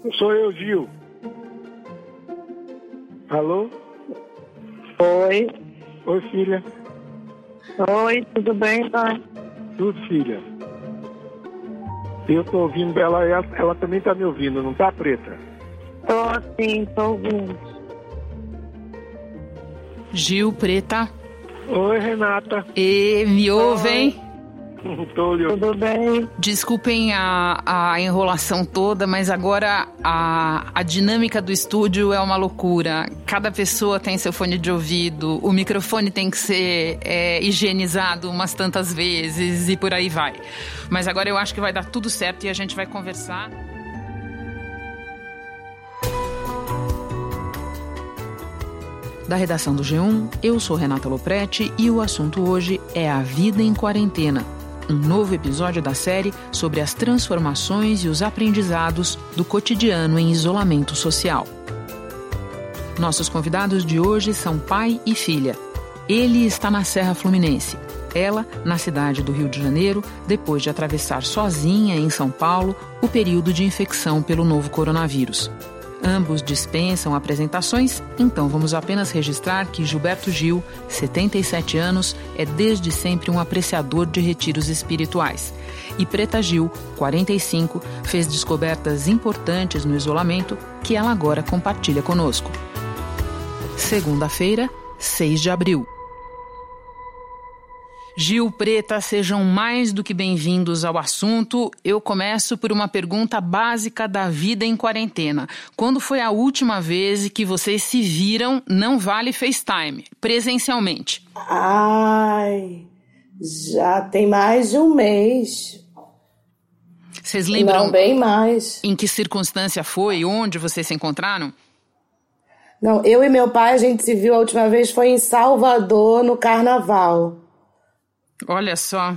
Sou eu, Gil. Alô? Oi. Oi, filha. Oi, tudo bem, pai? Tudo, filha. Eu tô ouvindo ela também tá me ouvindo, não tá, Preta? Tô ouvindo. Gil, Preta. Oi, Renata. Me ouvem? Tudo bem? Desculpem a enrolação toda, mas agora a dinâmica do estúdio é uma loucura. Cada pessoa tem seu fone de ouvido, o microfone tem que ser higienizado umas tantas vezes e por aí vai. Mas agora eu acho que vai dar tudo certo e a gente vai conversar. Da redação do G1, eu sou Renata Lopretti e o assunto hoje é a vida em quarentena. Um novo episódio da série sobre as transformações e os aprendizados do cotidiano em isolamento social. Nossos convidados de hoje são pai e filha. Ele está na Serra Fluminense, ela na cidade do Rio de Janeiro, depois de atravessar sozinha em São Paulo o período de infecção pelo novo coronavírus. Ambos dispensam apresentações, então vamos apenas registrar que Gilberto Gil, 77 anos, é desde sempre um apreciador de retiros espirituais. E Preta Gil, 45, fez descobertas importantes no isolamento que ela agora compartilha conosco. Segunda-feira, 6 de abril. Gil, Preta, sejam mais do que bem-vindos ao assunto. Eu começo por uma pergunta básica da vida em quarentena. Quando foi a última vez que vocês se viram, não vale FaceTime, presencialmente? Já tem mais de um mês. Vocês lembram? Não, bem mais. Em que circunstância foi? Onde vocês se encontraram? Não, eu e meu pai, a gente se viu a última vez foi em Salvador, no Carnaval. Olha só.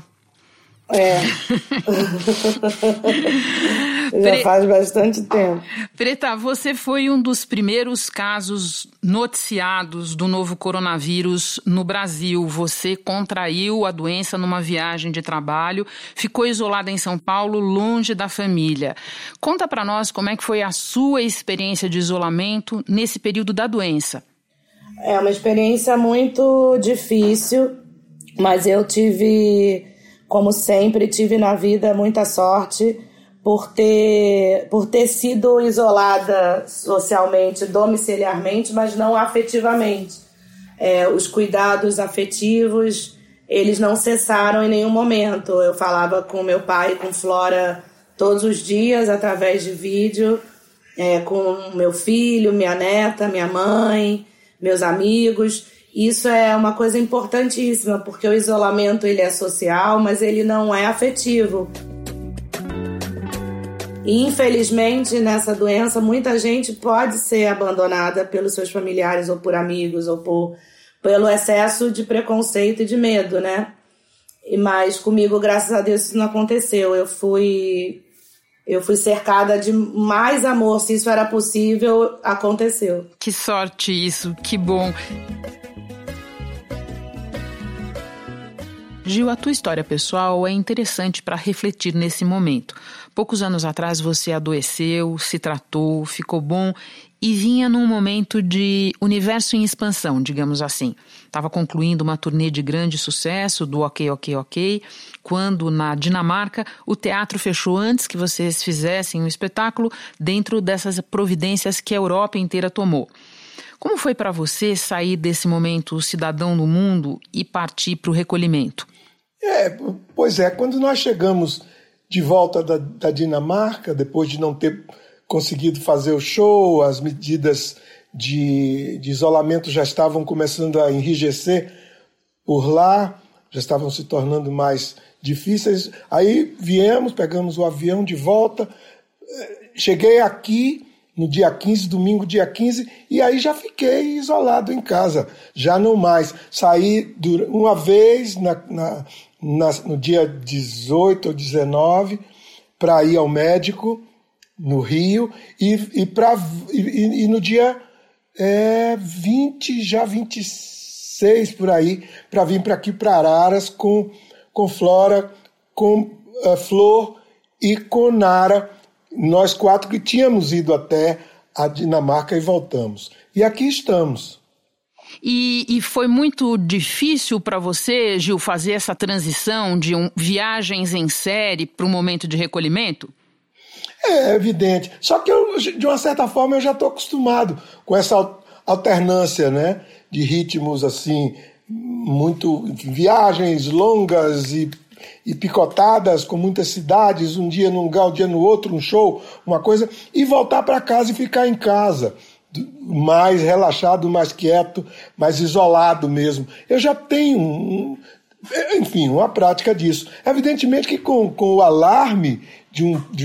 Já faz bastante tempo. Preta, você foi um dos primeiros casos noticiados do novo coronavírus no Brasil. Você contraiu a doença numa viagem de trabalho, ficou isolada em São Paulo, longe da família. Conta pra nós como é que foi a sua experiência de isolamento nesse período da doença. É uma experiência muito difícil, mas eu tive, como sempre, tive na vida muita sorte por ter sido isolada socialmente, domiciliarmente, mas não afetivamente. Os cuidados afetivos, eles não cessaram em nenhum momento. Eu falava com meu pai, com Flora, todos os dias, através de vídeo, com meu filho, minha neta, minha mãe, meus amigos. Isso é uma coisa importantíssima, porque o isolamento ele é social, mas ele não é afetivo. E, infelizmente, nessa doença, muita gente pode ser abandonada pelos seus familiares ou por amigos ou pelo excesso de preconceito e de medo, né? Mas comigo, graças a Deus, isso não aconteceu. Eu fui cercada de mais amor. Se isso era possível, aconteceu. Que sorte isso, que bom. Gil, a tua história pessoal é interessante para refletir nesse momento. Poucos anos atrás você adoeceu, se tratou, ficou bom e vinha num momento de universo em expansão, digamos assim. Estava concluindo uma turnê de grande sucesso do Ok, Ok, Ok, quando na Dinamarca o teatro fechou antes que vocês fizessem um espetáculo dentro dessas providências que a Europa inteira tomou. Como foi para você sair desse momento cidadão do mundo e partir para o recolhimento? Pois é, quando nós chegamos de volta da Dinamarca, depois de não ter conseguido fazer o show, as medidas de isolamento já estavam começando a enrijecer por lá, já estavam se tornando mais difíceis. Aí pegamos o avião de volta, cheguei aqui no dia 15, domingo dia 15, e aí já fiquei isolado em casa, já não mais. Saí uma vez no dia 18 ou 19 para ir ao médico no Rio e no dia 26 por aí, para vir para aqui para Araras com Flora, com Flor e com Nara, Nós 4 que tínhamos ido até a Dinamarca e voltamos. E aqui estamos. E foi muito difícil para você, Gil, fazer essa transição de viagens em série para um momento de recolhimento? É evidente. Só que de uma certa forma eu já estou acostumado com essa alternância, né, de ritmos assim, muito viagens longas e picotadas com muitas cidades, um dia num lugar, um dia no outro, um show, uma coisa, e voltar para casa e ficar em casa, mais relaxado, mais quieto, mais isolado mesmo. Eu já tenho, uma prática disso. Evidentemente que com o alarme de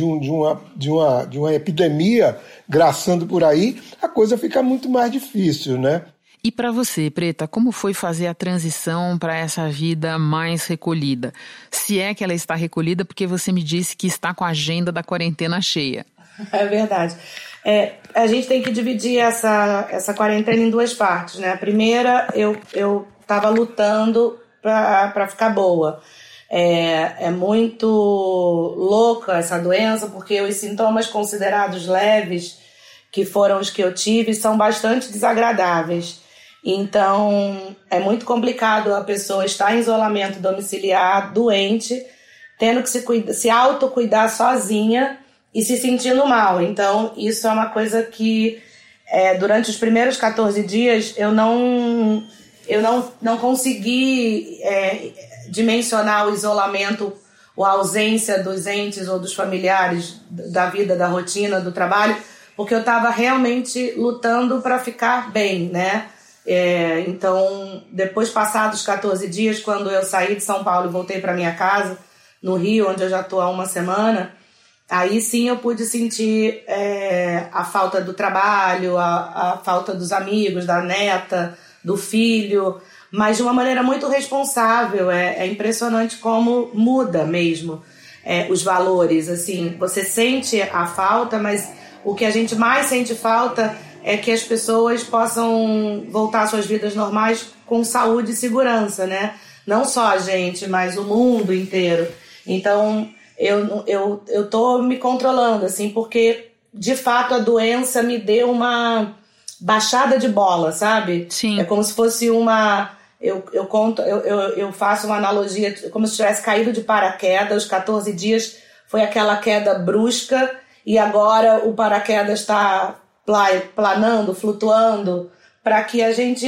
uma epidemia graçando por aí, a coisa fica muito mais difícil, né? E para você, Preta, como foi fazer a transição para essa vida mais recolhida? Se é que ela está recolhida, porque você me disse que está com a agenda da quarentena cheia. É verdade. A gente tem que dividir essa quarentena em 2 partes, né? A primeira, eu estava lutando para ficar boa. É muito louca essa doença, porque os sintomas considerados leves, que foram os que eu tive, são bastante desagradáveis. Então, é muito complicado a pessoa estar em isolamento domiciliar, doente, tendo que se autocuidar sozinha e se sentindo mal. Então, isso é uma coisa que, durante os primeiros 14 dias, eu não consegui dimensionar o isolamento, ou a ausência dos entes ou dos familiares, da vida, da rotina, do trabalho, porque eu estava realmente lutando para ficar bem, né? Então, depois passados 14 dias, quando eu saí de São Paulo e voltei para minha casa, no Rio, onde eu já estou há uma semana, aí sim eu pude sentir a falta do trabalho, a falta dos amigos, da neta, do filho, mas de uma maneira muito responsável. É impressionante como muda mesmo os valores. Assim, você sente a falta, mas o que a gente mais sente falta é que as pessoas possam voltar às suas vidas normais com saúde e segurança, né? Não só a gente, mas o mundo inteiro. Então, eu tô me controlando, assim, porque, de fato, a doença me deu uma baixada de bola, sabe? Sim. É como se fosse uma... Eu faço uma analogia, como se tivesse caído de paraquedas. Os 14 dias foi aquela queda brusca e agora o paraquedas está planando, flutuando, para que a gente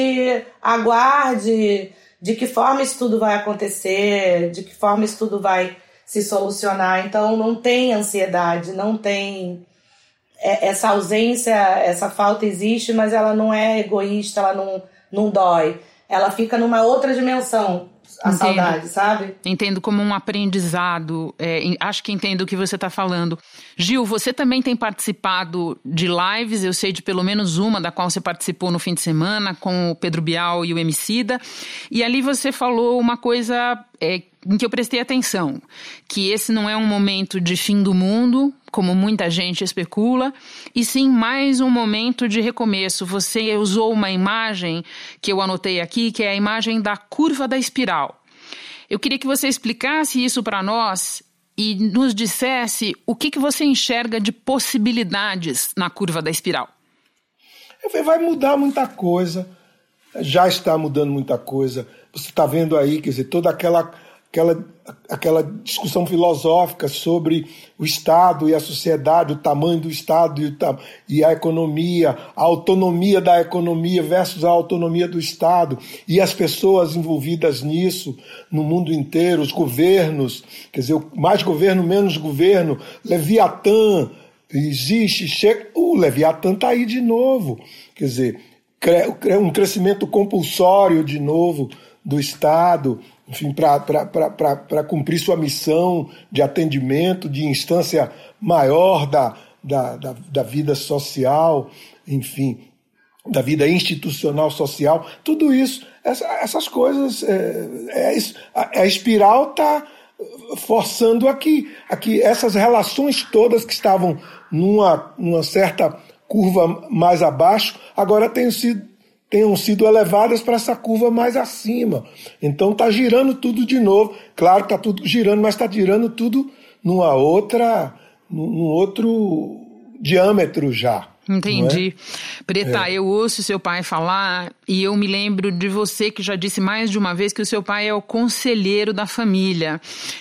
aguarde de que forma isso tudo vai acontecer, de que forma isso tudo vai se solucionar. Então não tem ansiedade, não tem... Essa ausência, essa falta existe, mas ela não é egoísta, ela não dói. Ela fica numa outra dimensão, a Entendo. saudade, sabe? Entendo como um aprendizado, acho que entendo o que você está falando. Gil, você também tem participado de lives, eu sei de pelo menos uma, da qual você participou no fim de semana, com o Pedro Bial e o Emicida, e ali você falou uma coisa em que eu prestei atenção, que esse não é um momento de fim do mundo, como muita gente especula, e sim mais um momento de recomeço. Você usou uma imagem que eu anotei aqui, que é a imagem da curva da espiral. Eu queria que você explicasse isso para nós e nos dissesse o que você enxerga de possibilidades na curva da espiral. Vai mudar muita coisa, já está mudando muita coisa. Você está vendo aí, quer dizer, toda aquela discussão filosófica sobre o Estado e a sociedade, o tamanho do Estado e a economia, a autonomia da economia versus a autonomia do Estado e as pessoas envolvidas nisso no mundo inteiro, os governos, quer dizer, mais governo, menos governo, Leviatã existe, o Leviatã está aí de novo, quer dizer, um crescimento compulsório de novo do Estado, enfim, para cumprir sua missão de atendimento, de instância maior da vida social, enfim, da vida institucional social, tudo isso, essas coisas, a espiral está forçando aqui essas relações todas que estavam numa certa curva mais abaixo, agora tenham sido elevadas para essa curva mais acima. Então está girando tudo de novo. Claro que está tudo girando, mas está girando tudo numa outra num outro diâmetro já. Entendi. Preta, eu ouço seu pai falar e eu me lembro de você que já disse mais de uma vez que o seu pai é o conselheiro da família.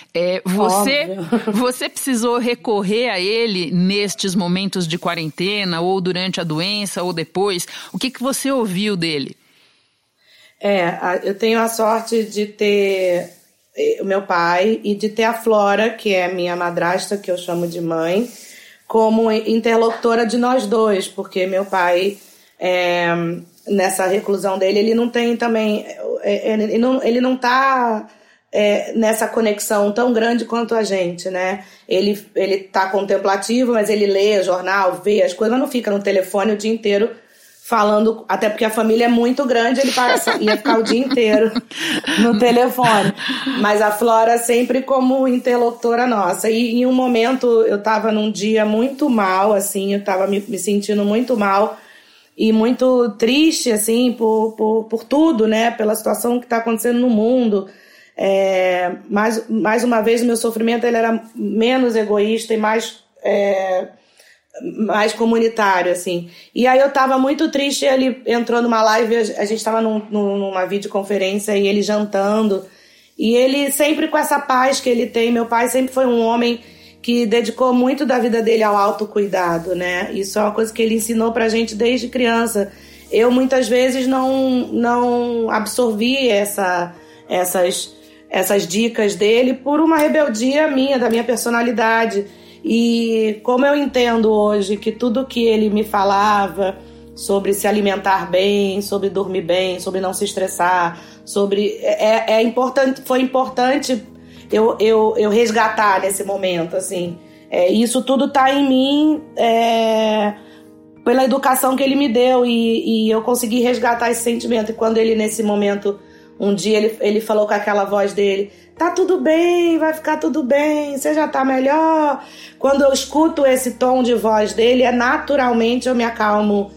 Você precisou recorrer a ele nestes momentos de quarentena ou durante a doença ou depois? O que você ouviu dele? Eu tenho a sorte de ter o meu pai e de ter a Flora, que é minha madrasta, que eu chamo de mãe, como interlocutora de nós dois, porque meu pai, nessa reclusão dele, ele não tem também, ele não está nessa conexão tão grande quanto a gente, né? Ele tá contemplativo, mas ele lê jornal, vê as coisas, mas não fica no telefone o dia inteiro falando, até porque a família é muito grande, ele ia ficar o dia inteiro no telefone. Mas a Flora sempre como interlocutora nossa. E em um momento eu estava num dia muito mal, assim, eu estava me sentindo muito mal e muito triste, assim, por tudo, né? Pela situação que está acontecendo no mundo. Mais uma vez, o meu sofrimento ele era menos egoísta e mais comunitário, assim. E aí eu tava muito triste, ele entrou numa live, a gente tava numa videoconferência e ele jantando, e ele sempre com essa paz que ele tem. Meu pai sempre foi um homem que dedicou muito da vida dele ao autocuidado, né? Isso é uma coisa que ele ensinou pra gente desde criança. Eu muitas vezes não absorvi essas dicas dele por uma rebeldia minha, da minha personalidade. E como eu entendo hoje que tudo que ele me falava sobre se alimentar bem, sobre dormir bem, sobre não se estressar, sobre foi importante eu resgatar nesse momento, assim. Isso tudo tá em mim pela educação que ele me deu e eu consegui resgatar esse sentimento. E quando ele, nesse momento, um dia ele falou com aquela voz dele: tá tudo bem, vai ficar tudo bem, você já tá melhor. Quando eu escuto esse tom de voz dele, naturalmente eu me acalmo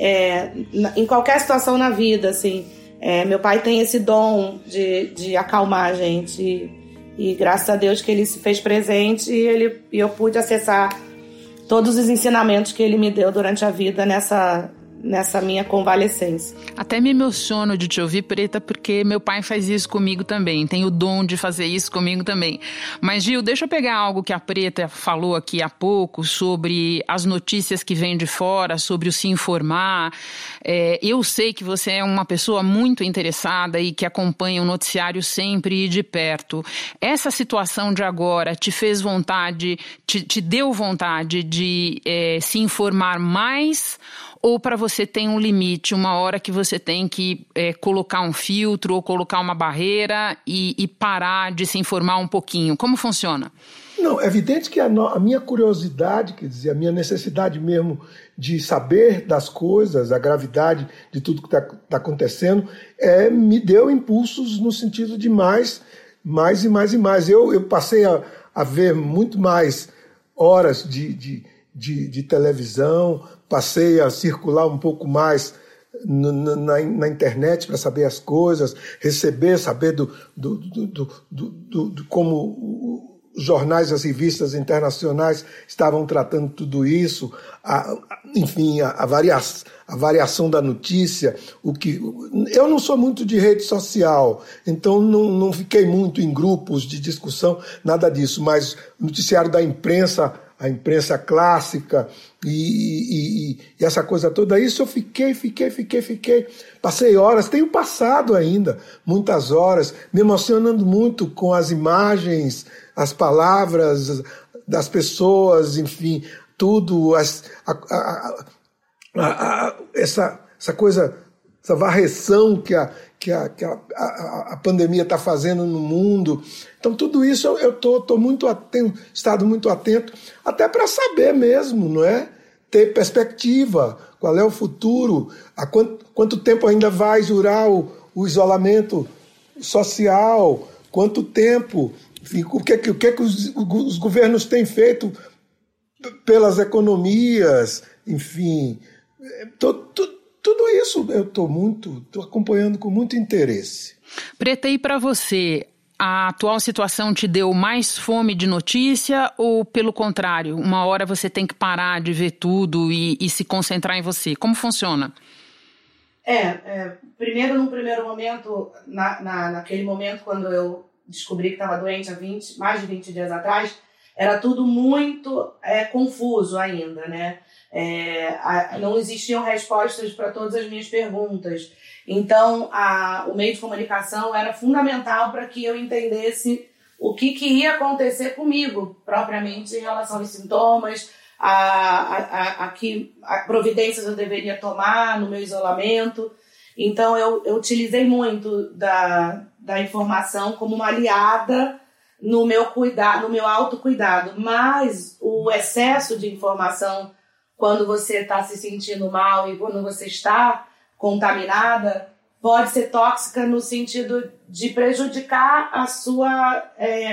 em qualquer situação na vida, assim. Meu pai tem esse dom de acalmar a gente e graças a Deus que ele se fez presente e eu pude acessar todos os ensinamentos que ele me deu durante a vida nessa minha convalescência. Até me emociono de te ouvir, Preta, porque meu pai faz isso comigo também, tem o dom de fazer isso comigo também. Mas, Gil, deixa eu pegar algo que a Preta falou aqui há pouco sobre as notícias que vêm de fora, sobre o se informar. Eu sei que você é uma pessoa muito interessada e que acompanha o noticiário sempre de perto. Essa situação de agora te fez vontade, te deu vontade de se informar mais? Ou para você tem um limite, uma hora que você tem que colocar um filtro ou colocar uma barreira e parar de se informar um pouquinho? Como funciona? Não, é evidente que a minha curiosidade, quer dizer, a minha necessidade mesmo de saber das coisas, a gravidade de tudo que está acontecendo, me deu impulsos no sentido de mais e mais e mais. Eu passei a ver muito mais horas de televisão, passei a circular um pouco mais na internet para saber as coisas, saber do como os jornais e as revistas internacionais estavam tratando tudo isso, enfim, a variação da notícia. Eu não sou muito de rede social, então não fiquei muito em grupos de discussão, nada disso, mas o noticiário da imprensa, a imprensa clássica e essa coisa toda, isso eu fiquei, passei horas, tenho passado ainda muitas horas, me emocionando muito com as imagens, as palavras das pessoas, enfim, tudo, essa coisa, essa varreção que a pandemia está fazendo no mundo. Então tudo isso eu tenho estado muito atento, até para saber mesmo, não é? Ter perspectiva, qual é o futuro, há quanto tempo ainda vai durar o isolamento social, quanto tempo, enfim, o que os governos têm feito pelas economias, enfim, tudo isso eu estou acompanhando com muito interesse. Preta, e para você, a atual situação te deu mais fome de notícia ou, pelo contrário, uma hora você tem que parar de ver tudo e se concentrar em você? Como funciona? Primeiro, num primeiro momento, naquele momento quando eu descobri que estava doente há mais de 20 dias atrás, era tudo muito confuso ainda, né? Não existiam respostas para todas as minhas perguntas. Então, o meio de comunicação era fundamental para que eu entendesse o que ia acontecer comigo, propriamente em relação aos sintomas, a providências eu deveria tomar no meu isolamento. Então, eu utilizei muito da informação como uma aliada no meu autocuidado. Mas o excesso de informação, quando você está se sentindo mal e quando você está contaminada, pode ser tóxica no sentido de prejudicar a sua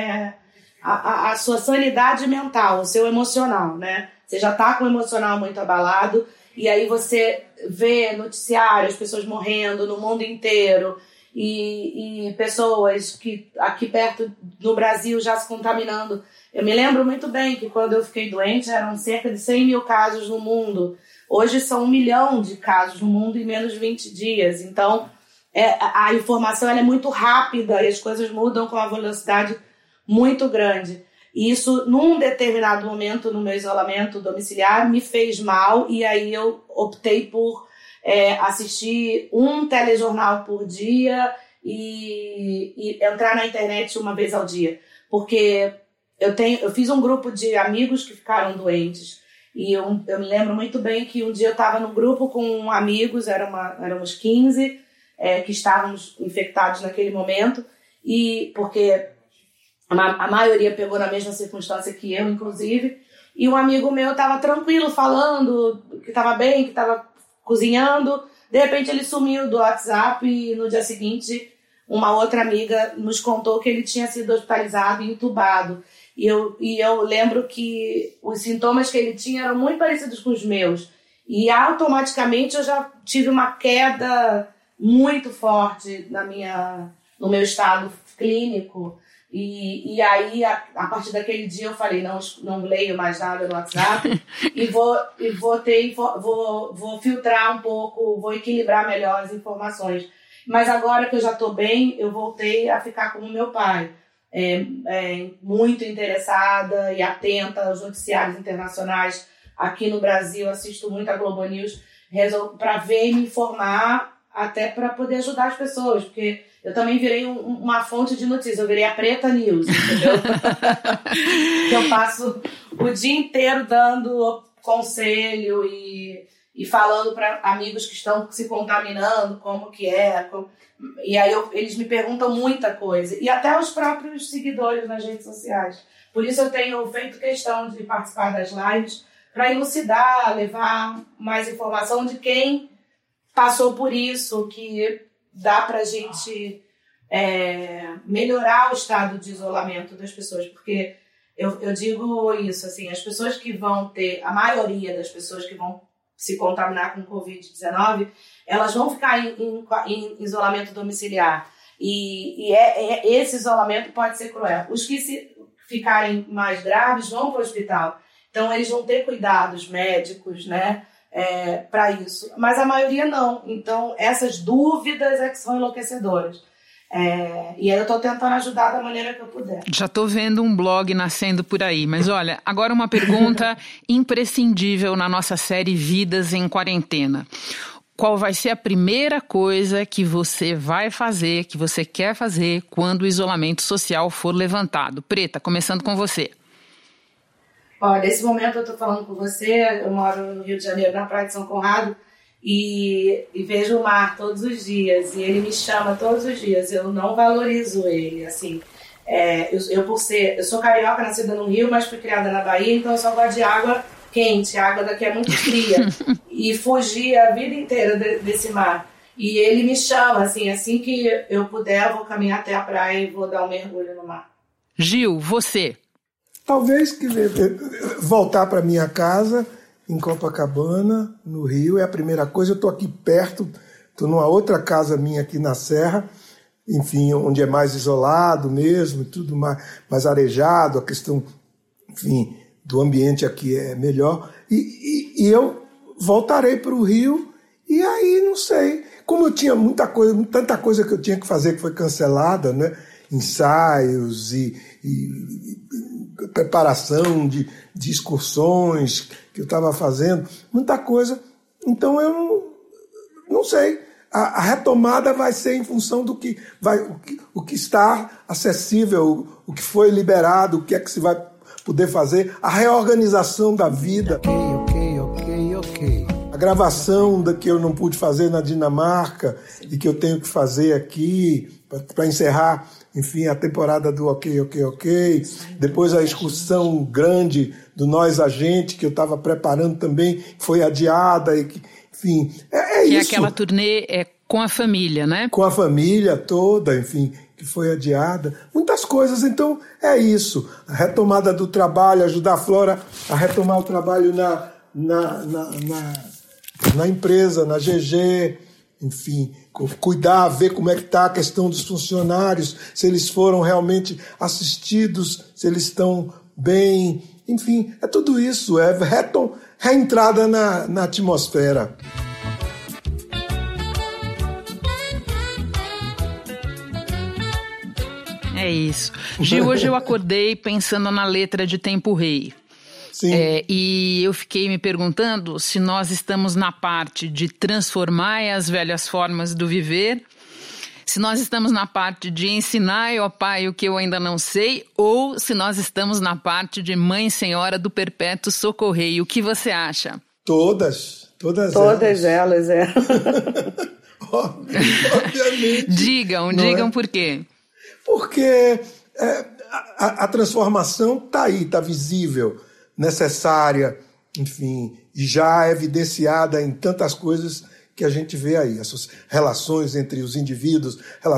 sanidade mental, o seu emocional, né? Você já está com o emocional muito abalado e aí você vê noticiários, pessoas morrendo no mundo inteiro e pessoas que aqui perto no Brasil já se contaminando. Eu me lembro muito bem que quando eu fiquei doente eram cerca de 100 mil casos no mundo. Hoje são 1 milhão de casos no mundo em menos de 20 dias. Então, a informação ela é muito rápida e as coisas mudam com uma velocidade muito grande. E isso, num determinado momento no meu isolamento domiciliar, me fez mal e aí eu optei por assistir um telejornal por dia e entrar na internet uma vez ao dia. Porque eu fiz um grupo de amigos que ficaram doentes. E eu me lembro muito bem que um dia eu estava no grupo com amigos, éramos 15 que estávamos infectados naquele momento, e porque a maioria pegou na mesma circunstância que eu, inclusive, e um amigo meu estava tranquilo, falando que estava bem, que estava cozinhando, de repente ele sumiu do WhatsApp e no dia seguinte uma outra amiga nos contou que ele tinha sido hospitalizado e entubado. E eu lembro que os sintomas que ele tinha eram muito parecidos com os meus. E automaticamente eu já tive uma queda muito forte no meu estado clínico. E aí, a partir daquele dia, eu falei, não leio mais nada no WhatsApp e vou filtrar um pouco, vou equilibrar melhor as informações. Mas agora que eu já estou bem, eu voltei a ficar como meu pai. Muito interessada e atenta aos noticiários internacionais. Aqui no Brasil, assisto muito a Globo News para ver e me informar, até para poder ajudar as pessoas, porque eu também virei uma fonte de notícias, eu virei a Preta News, entendeu? Eu passo o dia inteiro dando conselho e falando para amigos que estão se contaminando, como que é. E aí eles me perguntam muita coisa. E até os próprios seguidores nas redes sociais. Por isso eu tenho feito questão de participar das lives para elucidar, levar mais informação de quem passou por isso, que dá para a gente melhorar o estado de isolamento das pessoas. Porque eu digo isso, assim, as pessoas que vão ter, a maioria das pessoas que vão se contaminar com Covid-19, elas vão ficar em isolamento domiciliar. E esse isolamento pode ser cruel. Os que ficarem mais graves vão para o hospital. Então, eles vão ter cuidados médicos, né, para isso. Mas a maioria não. Então, essas dúvidas é que são enlouquecedoras. E aí eu estou tentando ajudar da maneira que eu puder. Já estou vendo um blog nascendo por aí, mas olha, agora uma pergunta imprescindível na nossa série Vidas em Quarentena. Qual vai ser a primeira coisa que você vai fazer, que você quer fazer quando o isolamento social for levantado? Preta, começando com você. Olha, nesse momento eu estou falando com você, eu moro no Rio de Janeiro, na Praia de São Conrado, e vejo o mar todos os dias, e ele me chama todos os dias. Eu não valorizo ele, assim. Eu sou carioca, nascida no Rio, mas fui criada na Bahia, então eu só gosto de água quente, a água daqui é muito fria. E fugi a vida inteira desse mar. E ele me chama, assim que eu puder, eu vou caminhar até a praia e vou dar um mergulho no mar. Gil, você? Talvez voltar para minha casa em Copacabana, no Rio, é a primeira coisa. Eu estou aqui perto, estou numa outra casa minha aqui na Serra. enfim, onde é mais isolado mesmo, tudo mais arejado, a questão, enfim, do ambiente aqui é melhor. E eu voltarei para o Rio, e aí, não sei, como eu tinha tanta coisa que eu tinha que fazer que foi cancelada, né? Ensaios e preparação de excursões que eu estava fazendo, muita coisa. Então eu não sei. A retomada vai ser em função do que o que está acessível, o que foi liberado, o que é que se vai poder fazer, a reorganização da vida. Ok. A gravação da que eu não pude fazer na Dinamarca e que eu tenho que fazer aqui para encerrar, enfim, a temporada do Ok. Depois a excursão grande do Nós a Gente, que eu estava preparando também, foi adiada. Enfim, é isso. Que aquela turnê é com a família, né? Com a família toda, enfim, que foi adiada. Muitas coisas, então é isso. A retomada do trabalho, ajudar a Flora a retomar o trabalho na empresa, na GG, enfim, cuidar, ver como é que está a questão dos funcionários, se eles foram realmente assistidos, se eles estão bem, enfim, é tudo isso, é reentrada na atmosfera. É isso. Gil, hoje eu acordei pensando na letra de Tempo Rei. Sim. E eu fiquei me perguntando se nós estamos na parte de transformar as velhas formas do viver, se nós estamos na parte de ensinar, ó Pai, o que eu ainda não sei, ou se nós estamos na parte de Mãe Senhora do Perpétuo Socorrei. O que você acha? Todas elas. Obviamente. Digam por quê. Porque a transformação está aí, está visível, necessária, enfim, e já evidenciada em tantas coisas que a gente vê aí. As relações entre os indivíduos,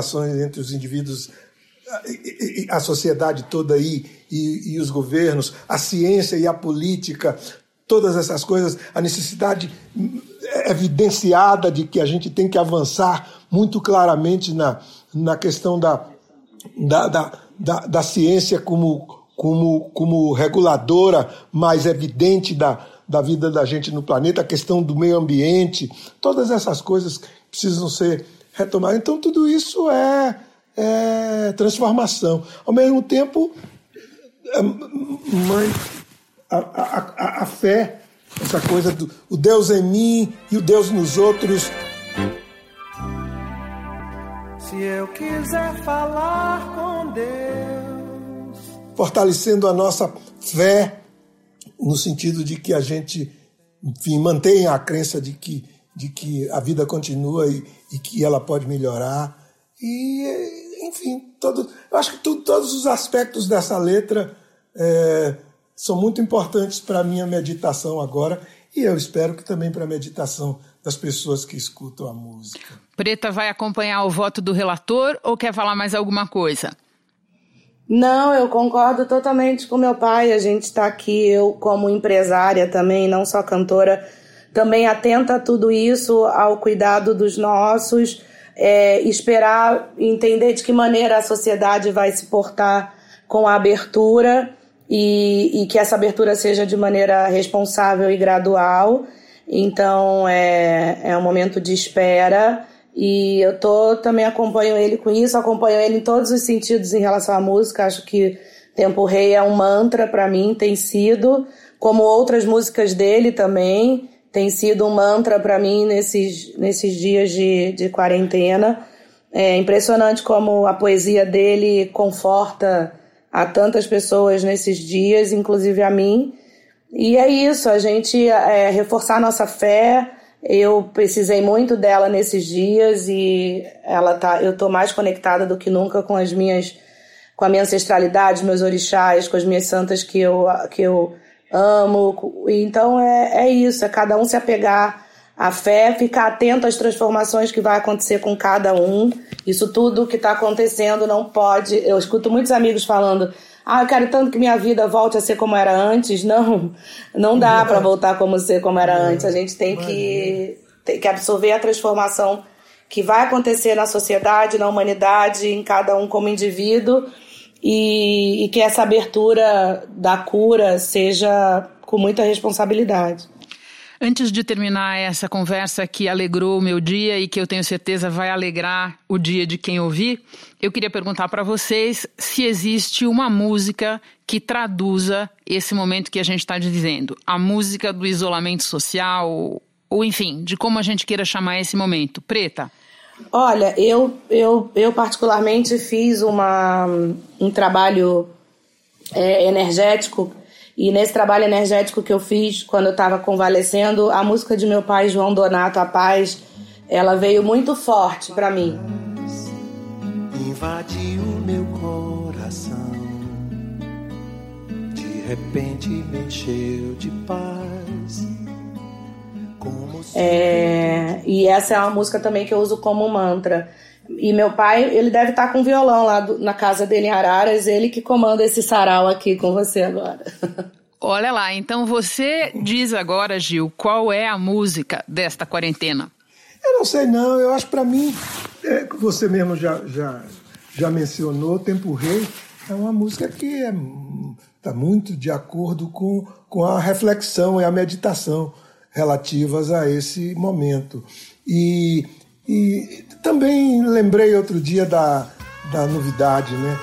a sociedade toda aí e os governos, a ciência e a política, todas essas coisas, a necessidade evidenciada de que a gente tem que avançar muito claramente na questão da ciência como reguladora mais evidente da vida da gente no planeta, a questão do meio ambiente, todas essas coisas precisam ser retomadas. Então tudo isso é transformação. Ao mesmo tempo, a fé, essa coisa do o Deus em mim e o Deus nos outros. Se eu quiser falar com Deus, fortalecendo a nossa fé, no sentido de que a gente, enfim, mantenha a crença de que a vida continua e que ela pode melhorar. E, enfim, eu acho que todos os aspectos dessa letra são muito importantes para a minha meditação agora, e eu espero que também para a meditação das pessoas que escutam a música. Preta vai acompanhar o voto do relator ou quer falar mais alguma coisa? Não, eu concordo totalmente com meu pai. A gente está aqui, eu como empresária também, não só cantora, também atenta a tudo isso, ao cuidado dos nossos, esperar, entender de que maneira a sociedade vai se portar com a abertura e que essa abertura seja de maneira responsável e gradual. Então é um momento de espera e eu também acompanho ele com isso, acompanho ele em todos os sentidos em relação à música. Acho que Tempo Rei é um mantra para mim, tem sido, como outras músicas dele também, tem sido um mantra para mim nesses dias de quarentena. É impressionante como a poesia dele conforta a tantas pessoas nesses dias, inclusive a mim. E é isso, a gente reforçar a nossa fé. Eu precisei muito dela nesses dias e eu estou mais conectada do que nunca com a minha ancestralidade, meus orixás, com as minhas santas que eu amo. Então é isso, é cada um se apegar à fé, ficar atento às transformações que vai acontecer com cada um. Isso tudo que está acontecendo não pode... Eu escuto muitos amigos falando: eu quero tanto que minha vida volte a ser como era antes. Não dá para voltar como era antes. A gente tem que absorver a transformação que vai acontecer na sociedade, na humanidade, em cada um como indivíduo, e que essa abertura da cura seja com muita responsabilidade. Antes de terminar essa conversa que alegrou o meu dia e que eu tenho certeza vai alegrar o dia de quem ouvir, eu queria perguntar para vocês se existe uma música que traduza esse momento que a gente está vivendo. A música do isolamento social, ou enfim, de como a gente queira chamar esse momento. Preta? Olha, eu particularmente fiz um trabalho energético. E nesse trabalho energético que eu fiz, quando eu estava convalescendo, a música de meu pai, João Donato, A Paz, ela veio muito forte para mim. Invadiu meu coração, de repente me encheu de paz. E essa é uma música também que eu uso como mantra. E meu pai, ele deve estar com violão lá na casa dele em Araras, ele que comanda esse sarau aqui com você agora. Olha lá, então você diz agora, Gil, qual é a música desta quarentena? Eu não sei não, eu acho para mim, você mesmo já mencionou, Tempo Rei, é uma música que está muito de acordo com a reflexão e a meditação relativas a esse momento. E também lembrei outro dia da novidade, né?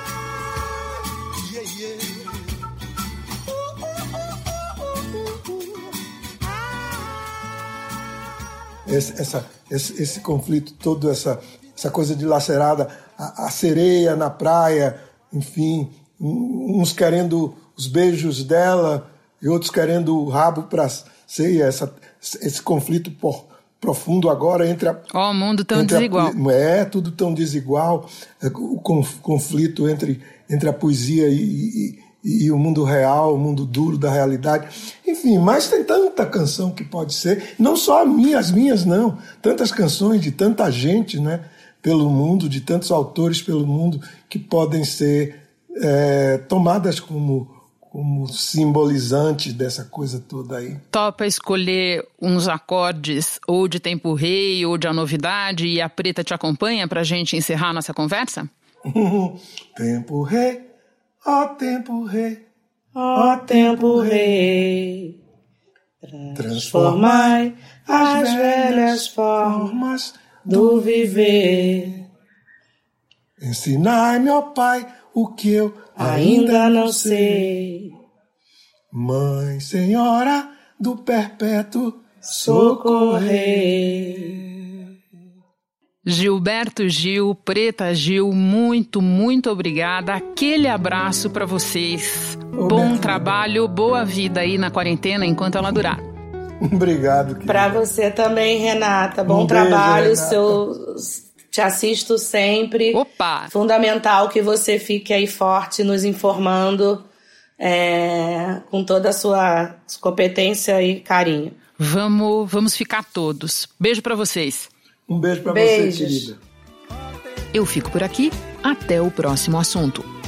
Esse conflito todo, essa coisa dilacerada, a sereia na praia, enfim, uns querendo os beijos dela e outros querendo o rabo para ceia, esse conflito profundo agora entre a... o mundo tão desigual. Tudo tão desigual. O conflito entre a poesia e o mundo real, o mundo duro da realidade. Enfim, mas tem tanta canção que pode ser, não só as minhas não, tantas canções de tanta gente, né, pelo mundo, de tantos autores pelo mundo, que podem ser tomadas como simbolizante dessa coisa toda aí. Topa escolher uns acordes ou de Tempo Rei ou de A Novidade e a Preta te acompanha pra gente encerrar nossa conversa? Tempo Rei, ó Tempo Rei, ó Tempo Rei, transformai as velhas formas do viver. Ensinai, meu Pai, o que eu ainda não sei. Mãe Senhora do Perpétuo socorrer. Gilberto Gil, Preta Gil, muito, muito obrigada. Aquele abraço para vocês. Bom trabalho, boa vida aí na quarentena enquanto ela durar. Obrigado. Para você também, Renata. Bom trabalho, beijo, Renata. Te assisto sempre. Opa! Fundamental que você fique aí forte, nos informando com toda a sua competência e carinho. Vamos ficar todos. Beijo para vocês. Um beijo para você, querida. Eu fico por aqui. Até o próximo assunto.